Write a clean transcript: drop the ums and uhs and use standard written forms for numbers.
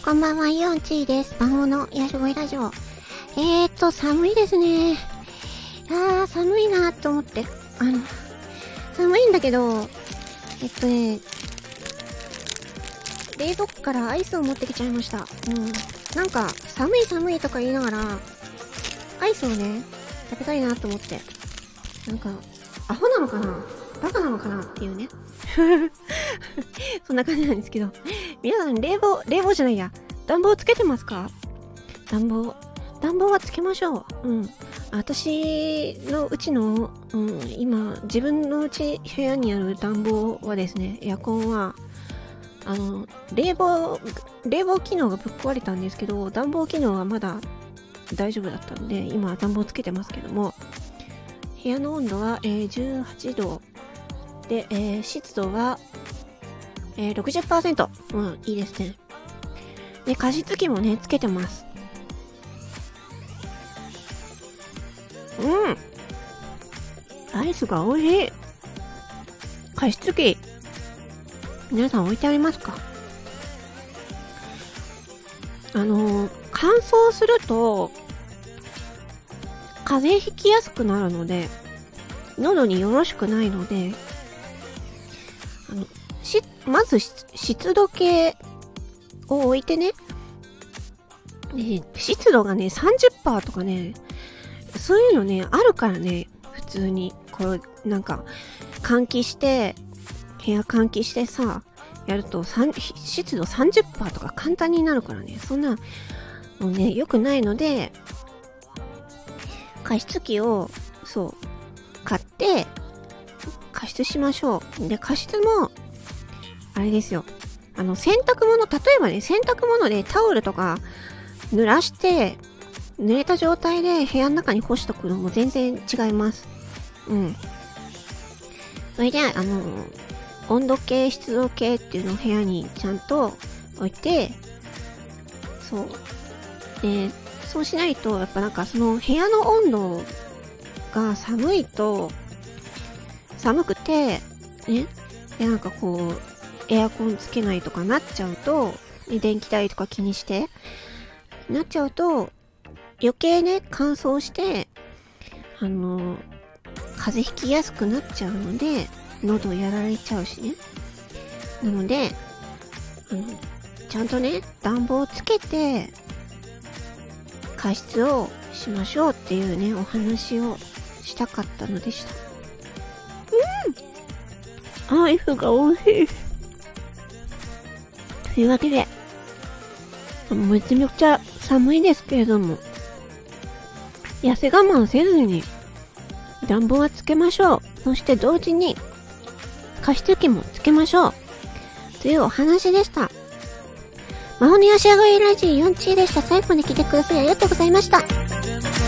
こんばんは、イオンチーです。魔法の癒し声ラジオ。寒いですね。寒いなと思って。寒いんだけど、冷凍庫からアイスを持ってきちゃいました。なんか、寒いとか言いながら、アイスをね、食べたいなと思って。なんか、アホなのかなバカなのかなっていうね。そんな感じなんですけど。皆さん、冷房じゃないや。暖房つけてますか？暖房はつけましょう。私のうちの、今、自分のうち部屋にある暖房はですね、エアコンは、冷房機能がぶっ壊れたんですけど、暖房機能はまだ大丈夫だったので、今暖房つけてますけども、部屋の温度は、18度で、湿度は、60%。いいですね。で、加湿器もね、つけてます。アイスが美味しい。加湿器、皆さん置いてありますか？乾燥すると、風邪ひきやすくなるので、喉によろしくないので、まず湿度計を置いてね、湿度がね、30% とかね、そういうのね、あるからね、普通に、こう、なんか、部屋換気してさ、やると、湿度 30% とか簡単になるからね、そんなのね、良くないので、加湿器を、買って、加湿しましょう。で、加湿も、あれですよ。例えばね、洗濯物でタオルとか濡らして、濡れた状態で部屋の中に干しとくのも全然違います。それで、温度計、湿度計っていうのを部屋にちゃんと置いて、そうしないと、やっぱなんかその部屋の温度が寒くて、ね、なんかこう、エアコンつけないとかなっちゃうと、電気代とか気にして、なっちゃうと、余計ね、乾燥して、風邪ひきやすくなっちゃうので、喉やられちゃうしね。なので、ちゃんとね、暖房をつけて、加湿をしましょうっていうね、お話をしたかったのでした。アイスが美味しい。というわけで、めちゃめちゃ寒いですけれども、痩せ我慢せずに暖房はつけましょう。そして同時に加湿器もつけましょう。というお話でした。魔法のよしあがいラジオ4チーでした。最後まで聞いてくださりありがとうございました。